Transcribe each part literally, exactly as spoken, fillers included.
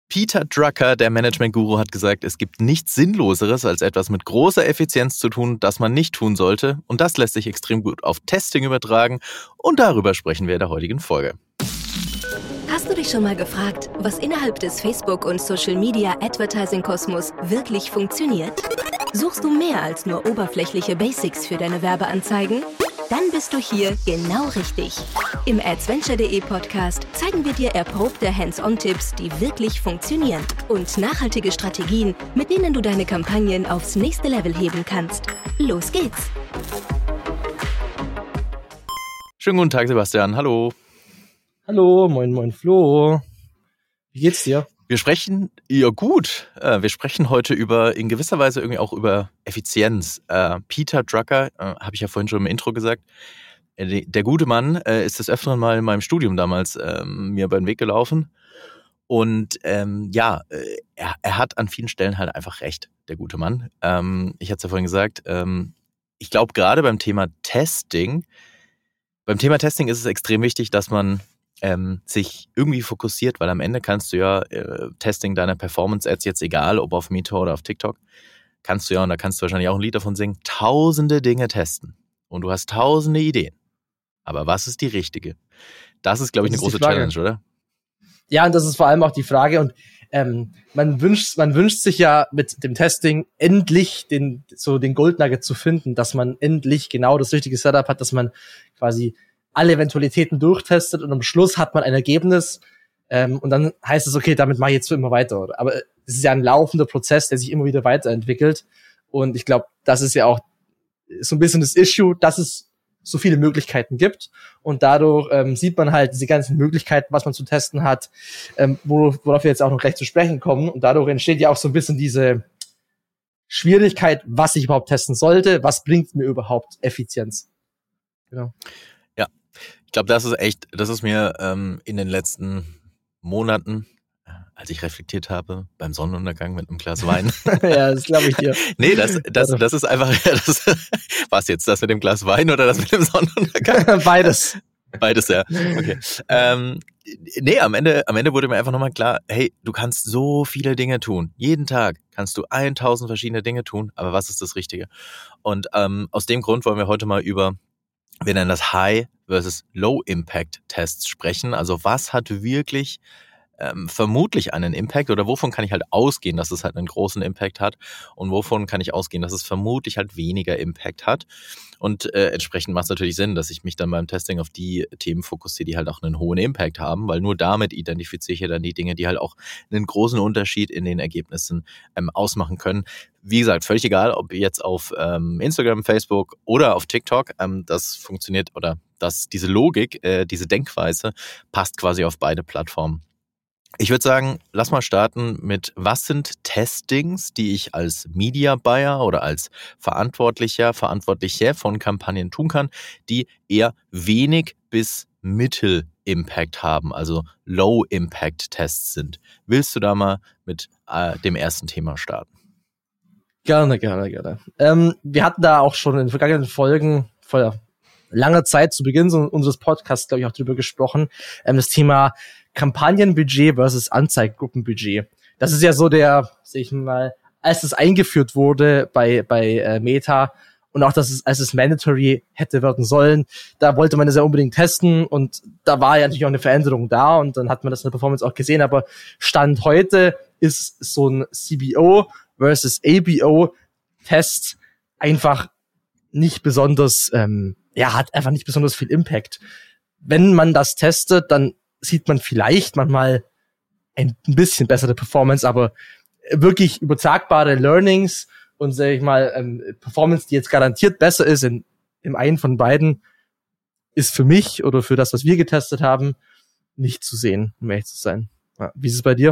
Peter Drucker, der Management-Guru, hat gesagt, es gibt nichts Sinnloseres, als etwas mit großer Effizienz zu tun, das man nicht tun sollte. Und das lässt sich extrem gut auf Testing übertragen. Und darüber sprechen wir in der heutigen Folge. Hast du dich schon mal gefragt, was innerhalb des Facebook- und Social-Media-Advertising-Kosmos wirklich funktioniert? Suchst du mehr als nur oberflächliche Basics für deine Werbeanzeigen? Dann bist du hier genau richtig. Im Adventure punkt de Podcast zeigen wir dir erprobte Hands-on-Tipps, die wirklich funktionieren und nachhaltige Strategien, mit denen du deine Kampagnen aufs nächste Level heben kannst. Los geht's! Schönen guten Tag, Sebastian. Hallo. Hallo, moin, moin, Flo. Wie geht's dir? Wir sprechen, ja gut, äh, wir sprechen heute über, in gewisser Weise irgendwie auch über Effizienz. Äh, Peter Drucker, äh, habe ich ja vorhin schon im Intro gesagt, äh, der gute Mann äh, ist des Öfteren mal in meinem Studium damals äh, mir über den Weg gelaufen. Und ähm, ja, äh, er, er hat an vielen Stellen halt einfach recht, der gute Mann. Ähm, ich hatte es ja vorhin gesagt, ähm, ich glaube gerade beim Thema Testing, beim Thema Testing ist es extrem wichtig, dass man Ähm, sich irgendwie fokussiert, weil am Ende kannst du ja äh, Testing deiner Performance-Ads, jetzt egal, ob auf Meta oder auf TikTok, kannst du ja, und da kannst du wahrscheinlich auch ein Lied davon singen, tausende Dinge testen. Und du hast tausende Ideen. Aber was ist die richtige? Das ist, glaube ich, eine große Challenge, oder? Ja, und das ist vor allem auch die Frage. Und ähm, man wünscht, man wünscht sich ja mit dem Testing endlich den, so den Goldnugget zu finden, dass man endlich genau das richtige Setup hat, dass man quasi alle Eventualitäten durchtestet und am Schluss hat man ein Ergebnis ähm, und dann heißt es, okay, damit mache ich jetzt für immer weiter. Aber es ist ja ein laufender Prozess, der sich immer wieder weiterentwickelt und ich glaube, das ist ja auch so ein bisschen das Issue, dass es so viele Möglichkeiten gibt und dadurch ähm, sieht man halt diese ganzen Möglichkeiten, was man zu testen hat, ähm, worauf wir jetzt auch noch gleich zu sprechen kommen und dadurch entsteht ja auch so ein bisschen diese Schwierigkeit, was ich überhaupt testen sollte, was bringt mir überhaupt Effizienz. Genau. Ich glaube, das ist echt, das ist mir ähm, in den letzten Monaten, als ich reflektiert habe, beim Sonnenuntergang mit einem Glas Wein. Ja, das glaube ich dir. Nee, das, das, das ist einfach, das, was jetzt, das mit dem Glas Wein oder das mit dem Sonnenuntergang? Beides. Beides, ja. Okay. Ähm, nee, am Ende, am Ende wurde mir einfach nochmal klar, hey, du kannst so viele Dinge tun. Jeden Tag kannst du tausend verschiedene Dinge tun, aber was ist das Richtige? Und ähm, aus dem Grund wollen wir heute mal über, wir nennen das High versus Low-Impact-Tests sprechen. Also was hat wirklich ähm, vermutlich einen Impact oder wovon kann ich halt ausgehen, dass es halt einen großen Impact hat und wovon kann ich ausgehen, dass es vermutlich halt weniger Impact hat. Und äh, entsprechend macht es natürlich Sinn, dass ich mich dann beim Testing auf die Themen fokussiere, die halt auch einen hohen Impact haben, weil nur damit identifiziere ich ja dann die Dinge, die halt auch einen großen Unterschied in den Ergebnissen ähm, ausmachen können. Wie gesagt, völlig egal, ob jetzt auf ähm, Instagram, Facebook oder auf TikTok, ähm, das funktioniert oder dass diese Logik, äh, diese Denkweise passt quasi auf beide Plattformen. Ich würde sagen, lass mal starten mit, was sind Testings, die ich als Media Buyer oder als Verantwortlicher, Verantwortlicher von Kampagnen tun kann, die eher wenig bis Mittel Impact haben, also Low Impact Tests sind. Willst du da mal mit äh, dem ersten Thema starten? Gerne, gerne, gerne. Ähm, wir hatten da auch schon in den vergangenen Folgen vor langer Zeit zu Beginn unseres Podcasts, glaube ich, auch drüber gesprochen, ähm, das Thema Kampagnenbudget versus Anzeigengruppenbudget. Das ist ja so der, sag ich mal, als es eingeführt wurde bei bei äh, Meta und auch, dass es als es mandatory hätte werden sollen, da wollte man das ja unbedingt testen und da war ja natürlich auch eine Veränderung da und dann hat man das in der Performance auch gesehen, aber Stand heute ist so ein C B O versus A B O Test einfach nicht besonders, ähm, ja, hat einfach nicht besonders viel Impact. Wenn man das testet, dann sieht man vielleicht manchmal ein bisschen bessere Performance, aber wirklich übertragbare Learnings und, sag ich mal, ähm, Performance, die jetzt garantiert besser ist in, im einen von beiden, ist für mich oder für das, was wir getestet haben, nicht zu sehen, um ehrlich zu sein. Ja, wie ist es bei dir?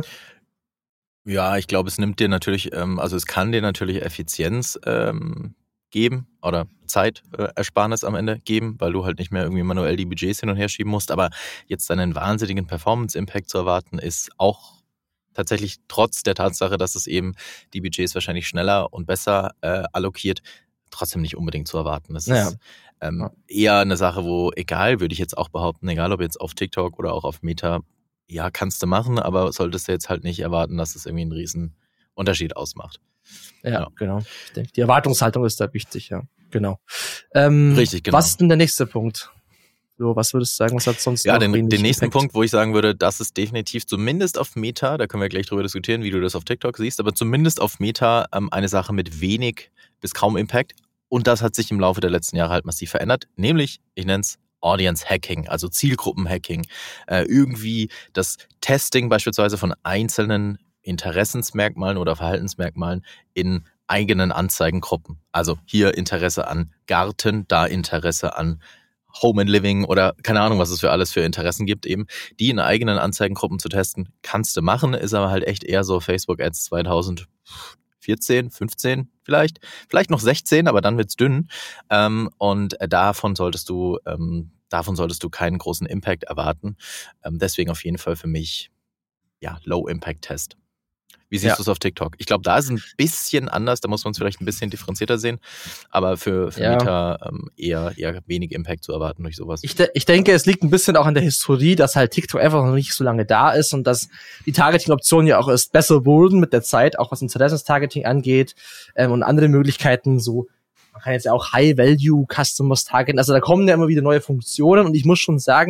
Ja, ich glaube, es nimmt dir natürlich, ähm, also es kann dir natürlich Effizienz ähm, geben oder Zeitersparnis am Ende geben, weil du halt nicht mehr irgendwie manuell die Budgets hin und her schieben musst. Aber jetzt einen wahnsinnigen Performance-Impact zu erwarten, ist auch tatsächlich trotz der Tatsache, dass es eben die Budgets wahrscheinlich schneller und besser äh, allokiert, trotzdem nicht unbedingt zu erwarten. Das Ja. ist ähm, eher eine Sache, wo, egal, würde ich jetzt auch behaupten, egal ob jetzt auf TikTok oder auch auf Meta, ja, kannst du machen, aber solltest du jetzt halt nicht erwarten, dass es irgendwie einen riesen Unterschied ausmacht. Ja, Ja. genau. Ich denke, die Erwartungshaltung ist da wichtig, ja. Genau. Ähm, Richtig, genau. Was ist denn der nächste Punkt? So, was würdest du sagen, was hat sonst Ja, noch den, wenig den nächsten Impact? Punkt, wo ich sagen würde, das ist definitiv zumindest auf Meta, da können wir gleich drüber diskutieren, wie du das auf TikTok siehst, aber zumindest auf Meta ähm, eine Sache mit wenig bis kaum Impact. Und das hat sich im Laufe der letzten Jahre halt massiv verändert, nämlich, ich nenne es Audience Hacking, also Zielgruppen-Hacking. Äh, irgendwie das Testing beispielsweise von einzelnen Interessensmerkmalen oder Verhaltensmerkmalen in eigenen Anzeigengruppen. Also hier Interesse an Garten, da Interesse an Home and Living oder keine Ahnung, was es für alles für Interessen gibt eben. Die in eigenen Anzeigengruppen zu testen, kannst du machen, ist aber halt echt eher so Facebook-Ads zweitausendvierzehn, fünfzehn vielleicht, vielleicht noch sechzehn, aber dann wird's dünn. Ähm, und davon solltest du, ähm, davon solltest du keinen großen Impact erwarten. Ähm, deswegen auf jeden Fall für mich, ja, Low-Impact-Test. Wie siehst Ja. du es auf TikTok? Ich glaube, da ist ein bisschen anders, da muss man es vielleicht ein bisschen differenzierter sehen, aber für, für Ja. Meta ähm, eher, eher wenig Impact zu erwarten durch sowas. Ich, de- ich denke, es liegt ein bisschen auch an der Historie, dass halt TikTok einfach noch nicht so lange da ist und dass die Targeting-Optionen ja auch erst besser wurden mit der Zeit, auch was Interessenstargeting angeht ähm, und andere Möglichkeiten, so man kann jetzt ja auch High-Value-Customers targeten, also da kommen ja immer wieder neue Funktionen und ich muss schon sagen,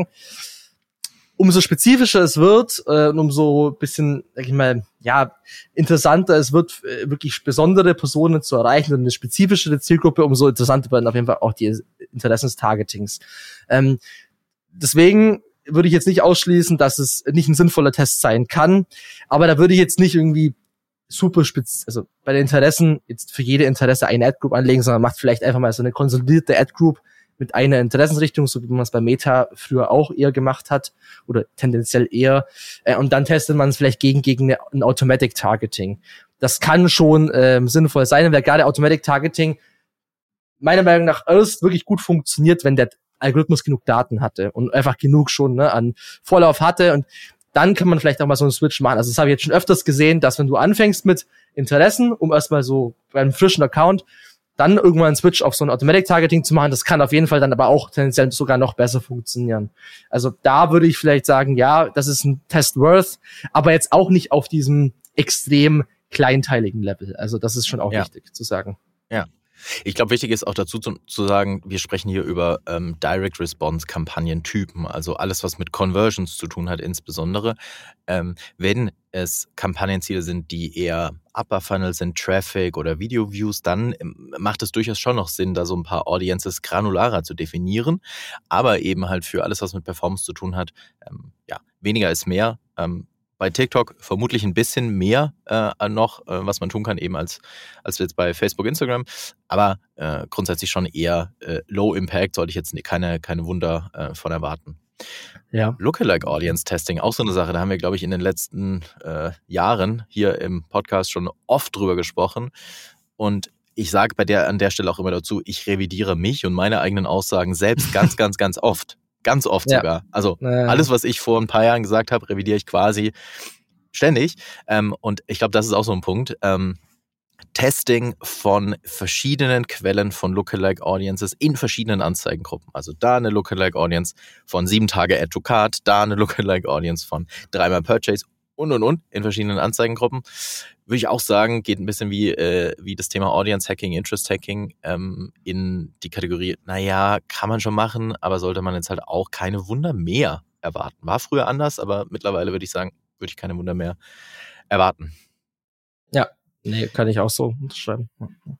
umso spezifischer es wird äh, und umso bisschen, sag ich mal, ja, interessanter es wird, äh, wirklich besondere Personen zu erreichen und eine spezifischere Zielgruppe, umso interessanter werden auf jeden Fall auch die Interessenstargetings. Ähm, deswegen würde ich jetzt nicht ausschließen, dass es nicht ein sinnvoller Test sein kann, aber da würde ich jetzt nicht irgendwie super spitz, also bei den Interessen jetzt für jede Interesse eine Ad-Group anlegen, sondern macht vielleicht einfach mal so eine konsolidierte Ad-Group mit einer Interessensrichtung, so wie man es bei Meta früher auch eher gemacht hat oder tendenziell eher. Äh, und dann testet man es vielleicht gegen gegen eine, ein Automatic Targeting. Das kann schon ähm, sinnvoll sein, weil gerade Automatic Targeting meiner Meinung nach erst wirklich gut funktioniert, wenn der Algorithmus genug Daten hatte und einfach genug schon ne, an Vorlauf hatte. Und dann kann man vielleicht auch mal so einen Switch machen. Also das habe ich jetzt schon öfters gesehen, dass wenn du anfängst mit Interessen, um erstmal so bei einem frischen Account dann irgendwann einen Switch auf so ein Automatic-Targeting zu machen, das kann auf jeden Fall dann aber auch tendenziell sogar noch besser funktionieren. Also da würde ich vielleicht sagen, ja, das ist ein Test worth, aber jetzt auch nicht auf diesem extrem kleinteiligen Level. Also das ist schon auch Ja. wichtig zu sagen. Ja. Ich glaube, wichtig ist auch dazu zu, zu sagen, wir sprechen hier über ähm, Direct-Response-Kampagnentypen, also alles, was mit Conversions zu tun hat insbesondere. Ähm, wenn es Kampagnenziele sind, die eher Upper Funnel sind, Traffic oder Video-Views, dann ähm, macht es durchaus schon noch Sinn, da so ein paar Audiences granularer zu definieren, aber eben halt für alles, was mit Performance zu tun hat, ähm, ja, weniger ist mehr. Ähm, Bei TikTok vermutlich ein bisschen mehr äh, noch, äh, was man tun kann, eben als als jetzt bei Facebook, Instagram. Aber äh, grundsätzlich schon eher äh, Low Impact, sollte ich jetzt keine keine Wunder äh, von erwarten. Ja. Lookalike Audience Testing, auch so eine Sache. Da haben wir, glaube ich, in den letzten äh, Jahren hier im Podcast schon oft drüber gesprochen. Und ich sage bei der an der Stelle auch immer dazu, ich revidiere mich und meine eigenen Aussagen selbst ganz, ganz, ganz oft. Ganz oft Ja. sogar. Also Äh. alles, was ich vor ein paar Jahren gesagt habe, revidiere ich quasi ständig. Ähm, und ich glaube, das ist auch so ein Punkt. Ähm, Testing von verschiedenen Quellen von Lookalike Audiences in verschiedenen Anzeigengruppen. Also da eine Lookalike Audience von sieben Tage Add to Cart, da eine Lookalike Audience von dreimal Purchase und und und in verschiedenen Anzeigengruppen. Würde ich auch sagen, geht ein bisschen wie äh, wie das Thema Audience Hacking, Interest Hacking ähm, in die Kategorie, naja, kann man schon machen, aber sollte man jetzt halt auch keine Wunder mehr erwarten. War früher anders, aber mittlerweile würde ich sagen, würde ich keine Wunder mehr erwarten. Ja, nee, kann ich auch so unterschreiben.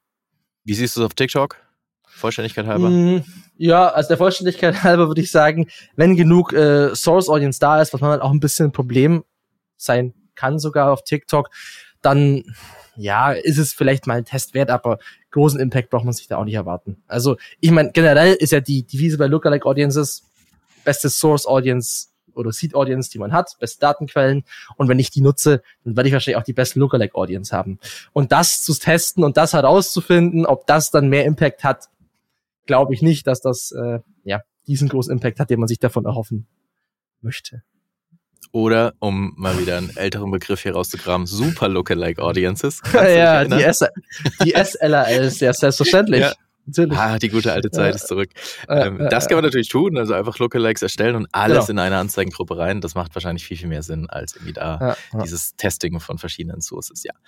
Wie siehst du es auf TikTok? Vollständigkeit halber? Mm, ja, also der Vollständigkeit halber würde ich sagen, wenn genug äh, Source Audience da ist, was man halt auch ein bisschen ein Problem sein kann sogar auf TikTok, dann ja, ist es vielleicht mal ein Test wert, aber großen Impact braucht man sich da auch nicht erwarten. Also ich meine, generell ist ja die Devise bei Lookalike Audiences beste Source Audience oder Seed Audience, die man hat, beste Datenquellen, und wenn ich die nutze, dann werde ich wahrscheinlich auch die beste Lookalike Audience haben. Und das zu testen und das herauszufinden, ob das dann mehr Impact hat, glaube ich nicht, dass das äh, ja diesen großen Impact hat, den man sich davon erhoffen möchte. Oder, um mal wieder einen älteren Begriff hier rauszukramen, Super Lookalike Audiences. Kannst du dich Ja, erinnern? die, S- die S L A Ls, ja, selbstverständlich. Ja, Natürlich. Ah, die gute alte Zeit Äh, ist zurück. äh, Ähm, äh, das kann man natürlich tun, also einfach Lookalikes erstellen und alles Genau. in eine Anzeigengruppe rein. Das macht wahrscheinlich viel, viel mehr Sinn, als irgendwie da Ja, ja. dieses Testing von verschiedenen Sources, ja.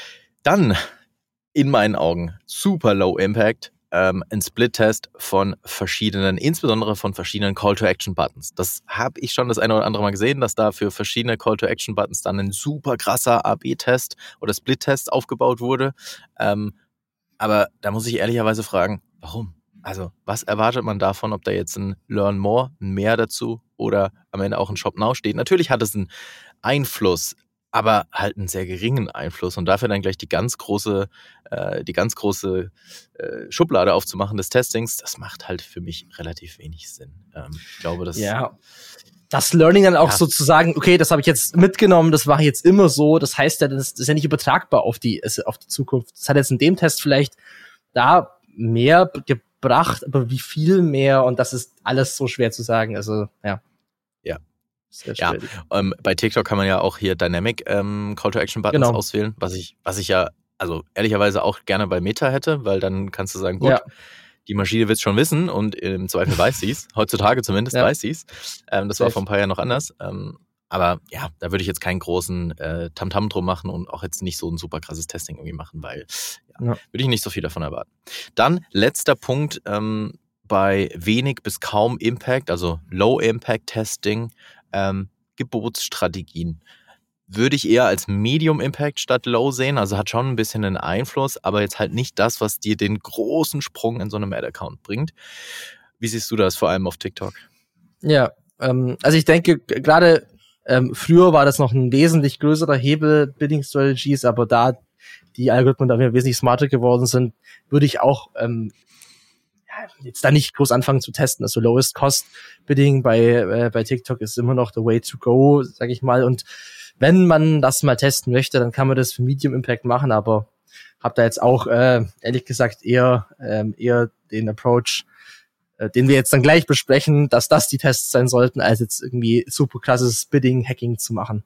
Dann, in meinen Augen, super low impact, ähm, ein Split-Test von verschiedenen, insbesondere von verschiedenen Call-to-Action-Buttons. Das habe ich schon das eine oder andere Mal gesehen, dass da für verschiedene Call-to-Action-Buttons dann ein super krasser A B Test oder Split-Test aufgebaut wurde. Ähm, aber da muss ich ehrlicherweise fragen, warum? Also, was erwartet man davon, ob da jetzt ein Learn More, ein Mehr dazu oder am Ende auch ein Shop Now steht? Natürlich hat es einen Einfluss, aber halt einen sehr geringen Einfluss und dafür dann gleich die ganz große, äh, die ganz große äh, Schublade aufzumachen des Testings, das macht halt für mich relativ wenig Sinn. Ähm, ich glaube, das Ja. Das Learning dann auch Ja. sozusagen, okay, das habe ich jetzt mitgenommen, das war jetzt immer so, das heißt ja, das ist ja nicht übertragbar auf die, auf die Zukunft. Das hat jetzt in dem Test vielleicht da mehr gebracht, aber wie viel mehr, und das ist alles so schwer zu sagen, also, ja. Ja. Sehr Ja, schwierig. ähm, bei TikTok kann man ja auch hier Dynamic ähm, Call-to-Action-Buttons Genau. auswählen, was ich, was ich ja, also ehrlicherweise auch gerne bei Meta hätte, weil dann kannst du sagen, gut, Ja. die Maschine wird es schon wissen und im Zweifel weiß sie es, heutzutage zumindest Ja. weiß sie es. Ähm, das war Safe. vor ein paar Jahren noch anders. Ähm, aber ja, da würde ich jetzt keinen großen äh, Tamtam drum machen und auch jetzt nicht so ein super krasses Testing irgendwie machen, weil ja, Ja. würde ich nicht so viel davon erwarten. Dann letzter Punkt, ähm, bei wenig bis kaum Impact, also Low-Impact-Testing, ähm, Gebotsstrategien. Würde ich eher als Medium Impact statt Low sehen, also hat schon ein bisschen einen Einfluss, aber jetzt halt nicht das, was dir den großen Sprung in so einem Ad-Account bringt. Wie siehst du das vor allem auf TikTok? Ja, ähm, also ich denke, g- gerade ähm, früher war das noch ein wesentlich größerer Hebel, Bidding Strategies, aber da die Algorithmen da wesentlich smarter geworden sind, würde ich auch ähm, ja, jetzt da nicht groß anfangen zu testen. Also Lowest Cost Bidding bei äh, bei TikTok ist immer noch the way to go, sag ich mal. Und wenn man das mal testen möchte, dann kann man das für Medium Impact machen, aber habe da jetzt auch äh, ehrlich gesagt eher ähm, eher den Approach, äh, den wir jetzt dann gleich besprechen, dass das die Tests sein sollten, als jetzt irgendwie super krasses Bidding-Hacking zu machen.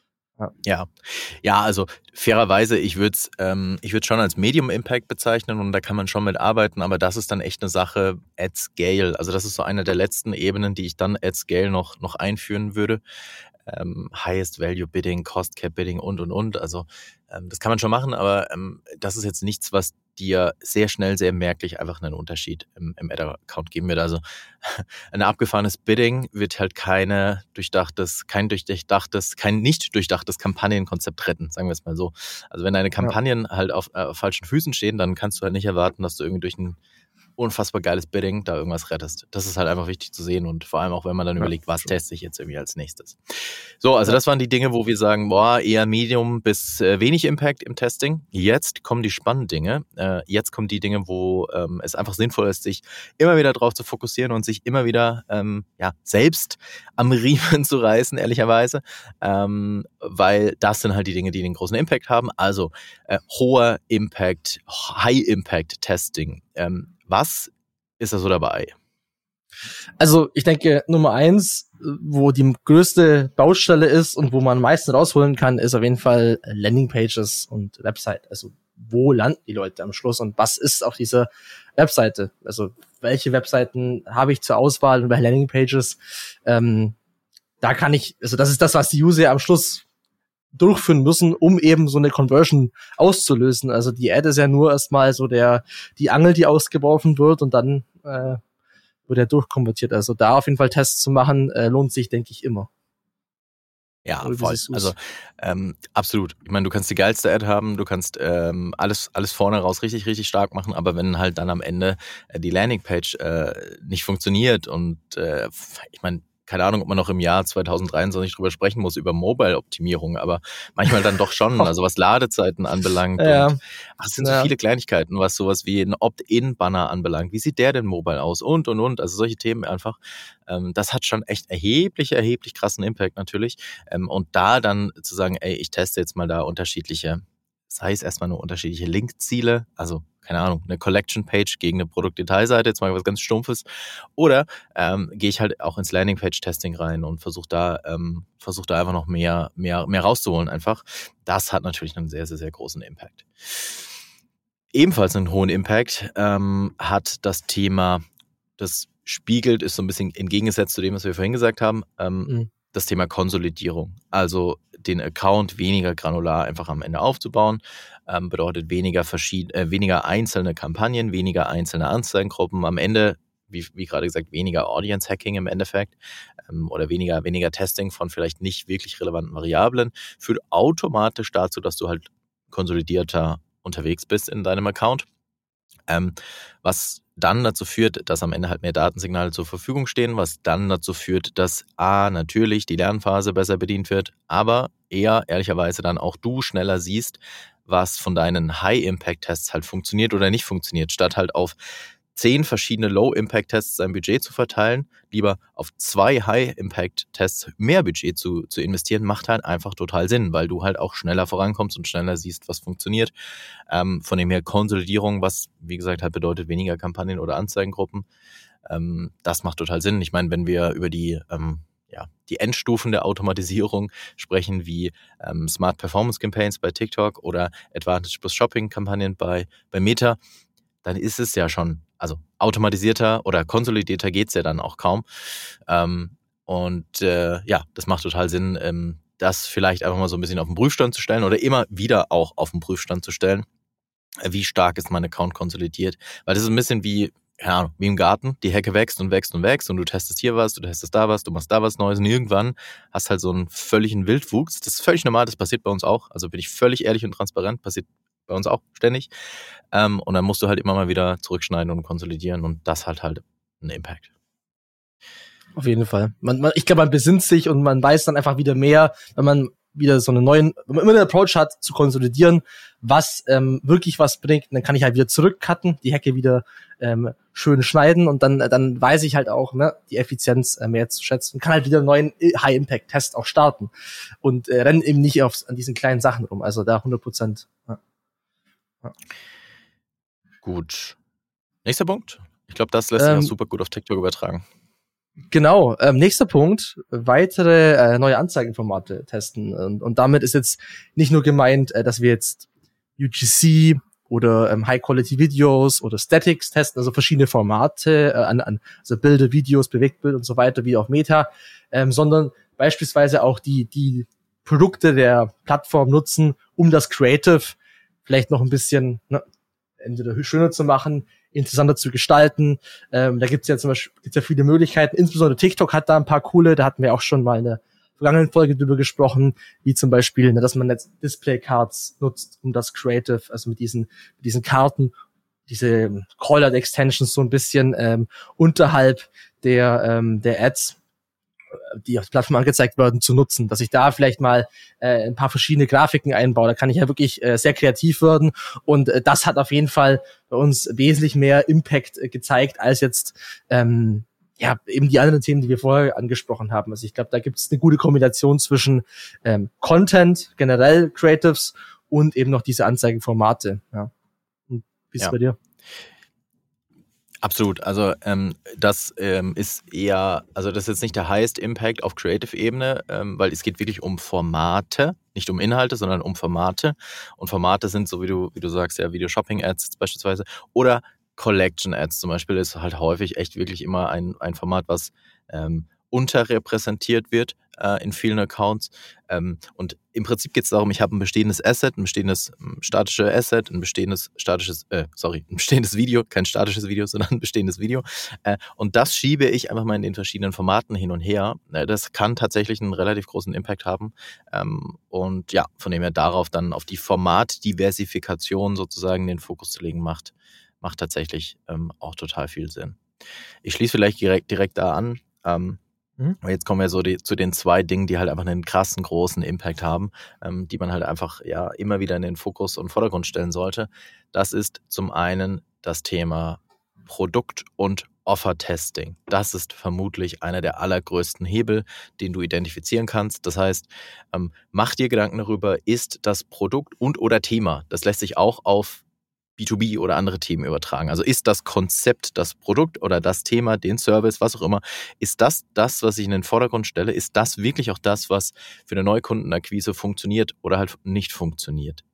Ja, ja, also fairerweise, ich würde es ähm, ich würde schon als Medium Impact bezeichnen und da kann man schon mit arbeiten, aber das ist dann echt eine Sache at Scale. Also das ist so eine der letzten Ebenen, die ich dann at Scale noch noch einführen würde. Ähm, Highest Value Bidding, Cost Cap Bidding und und und. Also ähm, das kann man schon machen, aber ähm, das ist jetzt nichts, was dir sehr schnell, sehr merklich einfach einen Unterschied im, im Ad-Account geben wird. Also ein abgefahrenes Bidding wird halt keine durchdachtes, kein durchdachtes, kein nicht durchdachtes Kampagnenkonzept retten, sagen wir es mal so. Also wenn deine Kampagnen halt auf, äh, auf falschen Füßen stehen, dann kannst du halt nicht erwarten, dass du irgendwie durch ein unfassbar geiles Bidding da irgendwas rettest. Das ist halt einfach wichtig zu sehen und vor allem auch, wenn man dann Ja, überlegt, was schon. teste ich jetzt irgendwie als nächstes. So, also Ja. das waren die Dinge, wo wir sagen, boah, eher Medium bis äh, wenig Impact im Testing. Jetzt kommen die spannenden Dinge. Äh, jetzt kommen die Dinge, wo ähm, es einfach sinnvoll ist, sich immer wieder drauf zu fokussieren und sich immer wieder ähm, ja selbst am Riemen zu reißen, ehrlicherweise, ähm, weil das sind halt die Dinge, die den großen Impact haben. Also äh, hoher Impact, High-Impact-Testing. Ähm, was ist da so dabei? Also ich denke, Nummer eins, wo die größte Baustelle ist und wo man am meisten rausholen kann, ist auf jeden Fall Landingpages und Website. Also wo landen die Leute am Schluss und was ist auf dieser Webseite? Also welche Webseiten habe ich zur Auswahl und welche Landingpages? Ähm, da kann ich, also das ist das, was die User am Schluss durchführen müssen, um eben so eine Conversion auszulösen. Also die Ad ist ja nur erstmal so der die Angel, die ausgeworfen wird und dann äh, wird er durchkonvertiert. Also da auf jeden Fall Tests zu machen, äh, lohnt sich, denke ich, immer. Ja, Oder wie voll. siehst du's? Also ähm, absolut. Ich meine, du kannst die geilste Ad haben, du kannst ähm, alles alles vorne raus richtig, richtig stark machen, aber wenn halt dann am Ende äh, die Landingpage äh, nicht funktioniert und äh, ich meine, keine Ahnung, ob man noch im Jahr zwanzig dreiundzwanzig drüber sprechen muss, über Mobile-Optimierung, aber manchmal dann doch schon, also was Ladezeiten anbelangt Ja. und ach, es sind Ja. so viele Kleinigkeiten, was sowas wie ein Opt-in-Banner anbelangt. Wie sieht der denn mobile aus? Und, und, und, also solche Themen einfach. Ähm, das hat schon echt erheblich, erheblich krassen Impact natürlich. Ähm, und da dann zu sagen, ey, ich teste jetzt mal da unterschiedliche, sei es erstmal nur unterschiedliche Linkziele, also keine Ahnung, eine Collection-Page gegen eine Produktdetailseite, jetzt mal was ganz Stumpfes, oder ähm, gehe ich halt auch ins Landing-Page-Testing rein und versuche da, ähm, versuch da einfach noch mehr, mehr, mehr rauszuholen einfach. Das hat natürlich einen sehr, sehr, sehr großen Impact. ebenfalls einen hohen Impact ähm, hat das Thema, das spiegelt, ist so ein bisschen entgegengesetzt zu dem, was wir vorhin gesagt haben, ähm, mhm. das Thema Konsolidierung. Also den Account weniger granular einfach am Ende aufzubauen, ähm, bedeutet weniger, verschied- äh, weniger einzelne Kampagnen, weniger einzelne Anzeigengruppen, am Ende, wie, wie gerade gesagt, weniger Audience-Hacking im Endeffekt ähm, oder weniger, weniger Testing von vielleicht nicht wirklich relevanten Variablen, führt automatisch dazu, dass du halt konsolidierter unterwegs bist in deinem Account, ähm, was dann dazu führt, dass am Ende halt mehr Datensignale zur Verfügung stehen, was dann dazu führt, dass A, natürlich die Lernphase besser bedient wird, aber eher ehrlicherweise dann auch du schneller siehst, was von deinen High-Impact-Tests halt funktioniert oder nicht funktioniert, statt halt auf zehn verschiedene Low-Impact-Tests sein Budget zu verteilen, lieber auf zwei High-Impact-Tests mehr Budget zu, zu investieren, macht halt einfach total Sinn, weil du halt auch schneller vorankommst und schneller siehst, was funktioniert. Ähm, von dem her Konsolidierung, was wie gesagt halt bedeutet weniger Kampagnen oder Anzeigengruppen, ähm, das macht total Sinn. Ich meine, wenn wir über die ähm, ja, die Endstufen der Automatisierung sprechen, wie ähm, Smart Performance Campaigns bei TikTok oder Advantage Plus Shopping Kampagnen bei, bei Meta, dann ist es ja schon, also automatisierter oder konsolidierter geht's ja dann auch kaum. Ähm, und äh, ja, das macht total Sinn, ähm, das vielleicht einfach mal so ein bisschen auf den Prüfstand zu stellen oder immer wieder auch auf den Prüfstand zu stellen. Wie stark ist mein Account konsolidiert? Weil das ist ein bisschen wie, keine Ahnung, wie im Garten. Die Hecke wächst und wächst und wächst und du testest hier was, du testest da was, du machst da was Neues und irgendwann hast halt so einen völligen Wildwuchs. Das ist völlig normal, das passiert bei uns auch. Also bin ich völlig ehrlich und transparent, passiert bei uns auch ständig. Ähm, und dann musst du halt immer mal wieder zurückschneiden und konsolidieren und das hat halt einen Impact. Auf jeden Fall. Man, man, ich glaube, man besinnt sich und man weiß dann einfach wieder mehr, wenn man wieder so einen neuen, wenn man immer den Approach hat, zu konsolidieren, was ähm, wirklich was bringt, und dann kann ich halt wieder zurückcutten, die Hecke wieder ähm, schön schneiden und dann dann weiß ich halt auch, ne, die Effizienz äh, mehr zu schätzen und kann halt wieder einen neuen High-Impact-Test auch starten und äh, rennen eben nicht auf, an diesen kleinen Sachen rum, also da hundert Prozent. Ja. Ja. Gut. Nächster Punkt. Ich glaube, das lässt sich ähm, auch super gut auf TikTok übertragen. Genau, ähm, nächster Punkt, weitere äh, neue Anzeigenformate testen. Und, und damit ist jetzt nicht nur gemeint, äh, dass wir jetzt U G C oder ähm, High-Quality-Videos oder Statics testen, also verschiedene Formate, äh, an, an, also Bilder, Videos, Bewegtbild und so weiter, wie auch Meta, ähm, sondern beispielsweise auch die, die Produkte der Plattform nutzen, um das Creative vielleicht noch ein bisschen, ne, entweder schöner zu machen, interessanter zu gestalten. Ähm, da gibt's ja zum Beispiel gibt's ja viele Möglichkeiten. Insbesondere TikTok hat da ein paar coole. Da hatten wir auch schon mal in der vergangenen Folge drüber gesprochen, wie zum Beispiel, ne, dass man jetzt Display-Cards nutzt, um das Creative, also mit diesen mit diesen Karten, diese Call-Out-Extensions so ein bisschen ähm, unterhalb der ähm, der Ads, die auf der Plattform angezeigt werden, zu nutzen, dass ich da vielleicht mal äh, ein paar verschiedene Grafiken einbaue. Da kann ich ja wirklich äh, sehr kreativ werden und äh, das hat auf jeden Fall bei uns wesentlich mehr Impact äh, gezeigt als jetzt ähm, ja eben die anderen Themen, die wir vorher angesprochen haben. Also ich glaube, da gibt es eine gute Kombination zwischen ähm, Content, generell Creatives und eben noch diese Anzeigenformate. Ja. Und wie ist es ja. bei dir? Absolut, also ähm, das ähm, ist eher, also das ist jetzt nicht der highest Impact auf Creative-Ebene, ähm, weil es geht wirklich um Formate, nicht um Inhalte, sondern um Formate. Und Formate sind so, wie du wie du sagst, ja, Video-Shopping-Ads beispielsweise oder Collection-Ads zum Beispiel ist halt häufig echt wirklich immer ein, ein Format, was ähm, unterrepräsentiert wird äh, in vielen Accounts. Ähm, und im Prinzip geht es darum, ich habe ein bestehendes Asset, ein bestehendes ähm, statisches Asset, ein bestehendes statisches, äh, sorry, ein bestehendes Video, kein statisches Video, sondern ein bestehendes Video. Äh, und das schiebe ich einfach mal in den verschiedenen Formaten hin und her. Äh, das kann tatsächlich einen relativ großen Impact haben. Ähm, und ja, von dem her darauf dann auf die Formatdiversifikation sozusagen den Fokus zu legen, macht, macht tatsächlich ähm, auch total viel Sinn. Ich schließe vielleicht direkt, direkt da an. Ähm, Mhm. Jetzt kommen wir so die, zu den zwei Dingen, die halt einfach einen krassen, großen Impact haben, ähm, die man halt einfach ja immer wieder in den Fokus und Vordergrund stellen sollte. Das ist zum einen das Thema Produkt- und Offer-Testing. Das ist vermutlich einer der allergrößten Hebel, den du identifizieren kannst. Das heißt, ähm, mach dir Gedanken darüber, ist das Produkt und oder Thema, das lässt sich auch auf B zwei B oder andere Themen übertragen. Also ist das Konzept, das Produkt oder das Thema, den Service, was auch immer, ist das das, was ich in den Vordergrund stelle? Ist das wirklich auch das, was für eine Neukundenakquise funktioniert oder halt nicht funktioniert?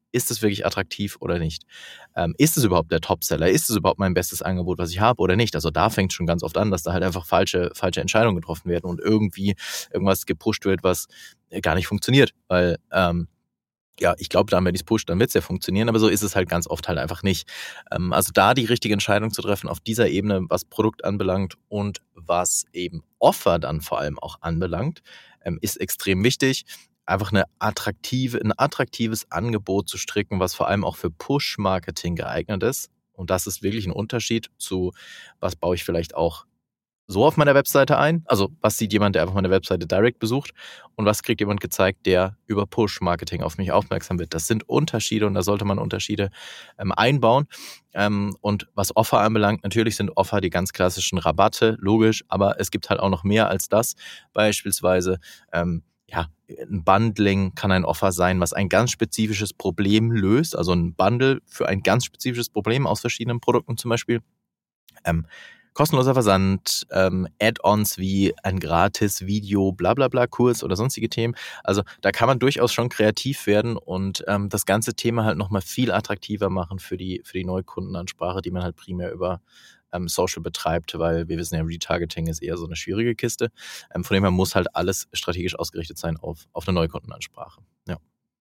ist es wirklich attraktiv oder nicht? Ähm, ist es überhaupt der Topseller? Ist es überhaupt mein bestes Angebot, was ich habe oder nicht? Also da fängt es schon ganz oft an, dass da halt einfach falsche, falsche Entscheidungen getroffen werden und irgendwie irgendwas gepusht wird, was gar nicht funktioniert. Weil, ähm, ja, ich glaube, dann, wenn ich es pushe, dann wird es ja funktionieren, aber so ist es halt ganz oft halt einfach nicht. Ähm, also da die richtige Entscheidung zu treffen auf dieser Ebene, was Produkt anbelangt und was eben Offer dann vor allem auch anbelangt, ähm, ist extrem wichtig. Einfach eine attraktive, ein attraktives Angebot zu stricken, was vor allem auch für Push-Marketing geeignet ist. Und das ist wirklich ein Unterschied zu, was baue ich vielleicht auch so auf meiner Webseite ein. Also was sieht jemand, der einfach meine Webseite direkt besucht und was kriegt jemand gezeigt, der über Push-Marketing auf mich aufmerksam wird. Das sind Unterschiede und da sollte man Unterschiede ähm, einbauen. Ähm, und was Offer anbelangt, natürlich sind Offer die ganz klassischen Rabatte, logisch, aber es gibt halt auch noch mehr als das. Beispielsweise ähm, ja, ein Bundling kann ein Offer sein, was ein ganz spezifisches Problem löst, also ein Bundle für ein ganz spezifisches Problem aus verschiedenen Produkten zum Beispiel. Ähm, kostenloser Versand, ähm, Add-ons wie ein gratis Video, bla bla bla Kurs oder sonstige Themen. Also da kann man durchaus schon kreativ werden und ähm, das ganze Thema halt nochmal viel attraktiver machen für die, für die Neukundenansprache, die man halt primär über ähm, Social betreibt, weil wir wissen ja, Retargeting ist eher so eine schwierige Kiste. Ähm, von dem her muss halt alles strategisch ausgerichtet sein auf, auf eine Neukundenansprache. Ja.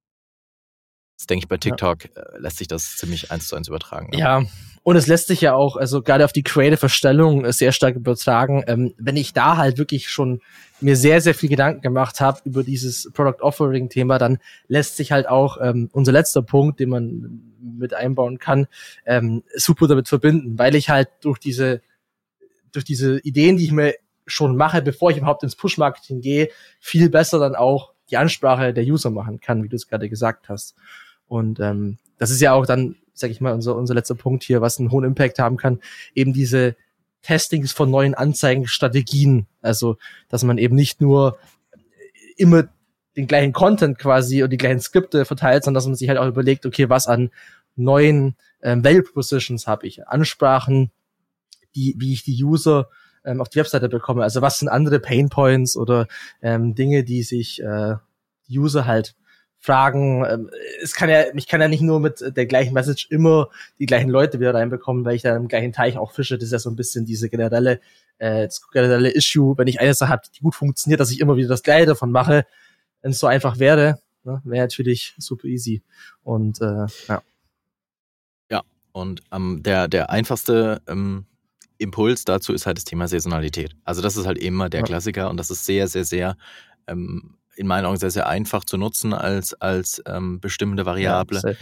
Das denke ich, bei TikTok ja. äh, lässt sich das ziemlich eins zu eins übertragen. Ne? Ja, und es lässt sich ja auch, also gerade auf die Creative-Erstellung äh, sehr stark übertragen. Ähm, wenn ich da halt wirklich schon mir sehr, sehr viel Gedanken gemacht habe über dieses Product-Offering-Thema, dann lässt sich halt auch ähm, unser letzter Punkt, den man mit einbauen kann, ähm, super damit verbinden, weil ich halt durch diese durch diese Ideen, die ich mir schon mache, bevor ich überhaupt ins Push-Marketing gehe, viel besser dann auch die Ansprache der User machen kann, wie du es gerade gesagt hast. Und ähm, das ist ja auch dann, sag ich mal, unser unser letzter Punkt hier, was einen hohen Impact haben kann, eben diese Testings von neuen Anzeigenstrategien. Also, dass man eben nicht nur immer den gleichen Content quasi und die gleichen Skripte verteilt, sondern dass man sich halt auch überlegt, okay, was an neuen ähm, Value Propositions habe ich, Ansprachen, die, wie ich die User ähm, auf die Webseite bekomme. Also was sind andere Pain Points oder ähm, Dinge, die sich äh, die User halt fragen. Ähm, es kann ja, ich kann ja nicht nur mit der gleichen Message immer die gleichen Leute wieder reinbekommen, weil ich da im gleichen Teich auch fische. Das ist ja so ein bisschen diese generelle, äh, das generelle Issue, wenn ich eine Sache habe, die gut funktioniert, dass ich immer wieder das Gleiche davon mache. Wenn es so einfach wäre, ne, wäre natürlich super easy. Und äh, ja. Ja, und ähm, der der einfachste ähm, Impuls dazu ist halt das Thema Saisonalität. Also das ist halt immer der ja. Klassiker und das ist sehr, sehr, sehr ähm, in meinen Augen sehr, sehr einfach zu nutzen als als ähm, bestimmende Variable. Ja,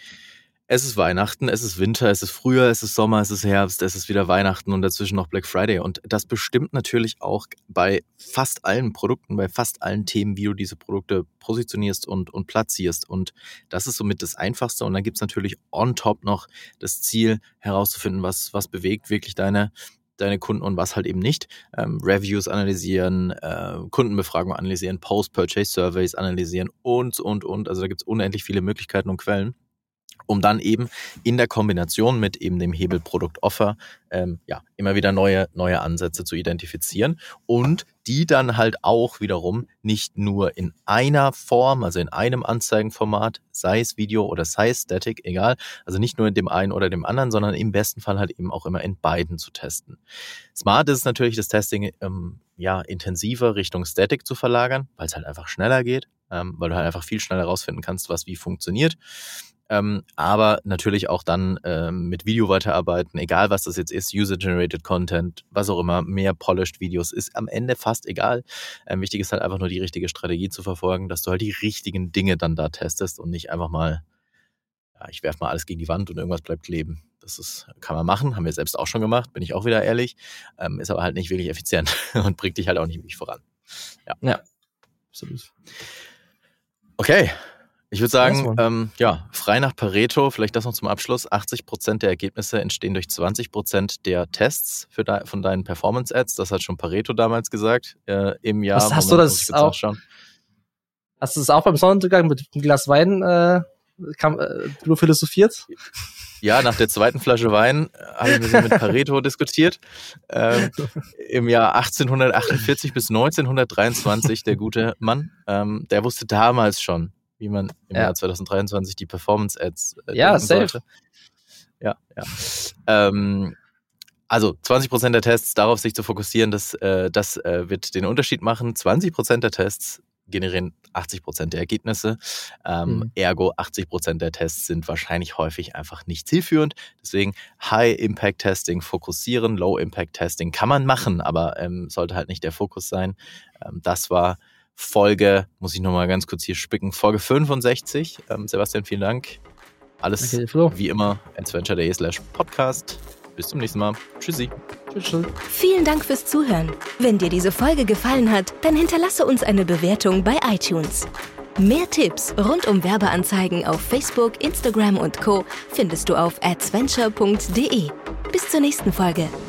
es ist Weihnachten, es ist Winter, es ist Frühjahr, es ist Sommer, es ist Herbst, es ist wieder Weihnachten und dazwischen noch Black Friday. Und das bestimmt natürlich auch bei fast allen Produkten, bei fast allen Themen, wie du diese Produkte positionierst und, und platzierst. Und das ist somit das Einfachste. Und dann gibt's natürlich on top noch das Ziel herauszufinden, was, was bewegt wirklich deine deine Kunden und was halt eben nicht. Ähm, Reviews analysieren, äh, Kundenbefragungen analysieren, Post-Purchase-Surveys analysieren und, und, und. Also da gibt's unendlich viele Möglichkeiten und Quellen, um dann eben in der Kombination mit eben dem Hebel Produkt-Offer ähm, ja, immer wieder neue, neue Ansätze zu identifizieren und die dann halt auch wiederum nicht nur in einer Form, also in einem Anzeigenformat, sei es Video oder sei es Static, egal, also nicht nur in dem einen oder dem anderen, sondern im besten Fall halt eben auch immer in beiden zu testen. Smart ist natürlich das Testing ähm, ja intensiver Richtung Static zu verlagern, weil es halt einfach schneller geht, ähm, weil du halt einfach viel schneller rausfinden kannst, was wie funktioniert. Ähm, aber natürlich auch dann ähm, mit Video weiterarbeiten, egal was das jetzt ist, User-Generated Content, was auch immer, mehr Polished Videos, ist am Ende fast egal. Ähm, wichtig ist halt einfach nur die richtige Strategie zu verfolgen, dass du halt die richtigen Dinge dann da testest und nicht einfach mal, ja, ich werfe mal alles gegen die Wand und irgendwas bleibt kleben. Das ist, kann man machen, haben wir selbst auch schon gemacht, bin ich auch wieder ehrlich, ähm, ist aber halt nicht wirklich effizient und bringt dich halt auch nicht wirklich voran. Ja, ja, absolut. Okay. Ich würde sagen, ähm, ja, frei nach Pareto, vielleicht das noch zum Abschluss, achtzig Prozent der Ergebnisse entstehen durch zwanzig Prozent der Tests für de- von deinen Performance-Ads. Das hat schon Pareto damals gesagt, äh, im Jahr. Was, hast du das auch? Hast du das auch beim Sonnenuntergang mit einem Glas Wein äh, kam, äh, nur philosophiert? Ja, nach der zweiten Flasche Wein habe ich ein bisschen mit Pareto diskutiert. Ähm, Im Jahr achtzehnhundertachtundvierzig bis neunzehnhundertdreiundzwanzig, der gute Mann, ähm, der wusste damals schon, wie man im Ja. Jahr zwanzig dreiundzwanzig die Performance-Ads äh, Ja, denken safe. sollte. Ja, ja. Ähm, also zwanzig Prozent der Tests, darauf sich zu fokussieren, das, äh, das äh, wird den Unterschied machen. zwanzig Prozent der Tests generieren achtzig Prozent der Ergebnisse. Ähm, Mhm. Ergo achtzig Prozent der Tests sind wahrscheinlich häufig einfach nicht zielführend. Deswegen High-Impact-Testing fokussieren. Low-Impact-Testing kann man machen, aber ähm, sollte halt nicht der Fokus sein. Ähm, das war Folge, muss ich nochmal ganz kurz hier spicken, Folge fünfundsechzig. Ähm, Sebastian, vielen Dank. Alles Danke dir, Flo. wie immer, adventure.de slash podcast. Bis zum nächsten Mal. Tschüssi. Tschüss, tschüss. Vielen Dank fürs Zuhören. Wenn dir diese Folge gefallen hat, dann hinterlasse uns eine Bewertung bei iTunes. Mehr Tipps rund um Werbeanzeigen auf Facebook, Instagram und Co. findest du auf adventure punkt de. Bis zur nächsten Folge.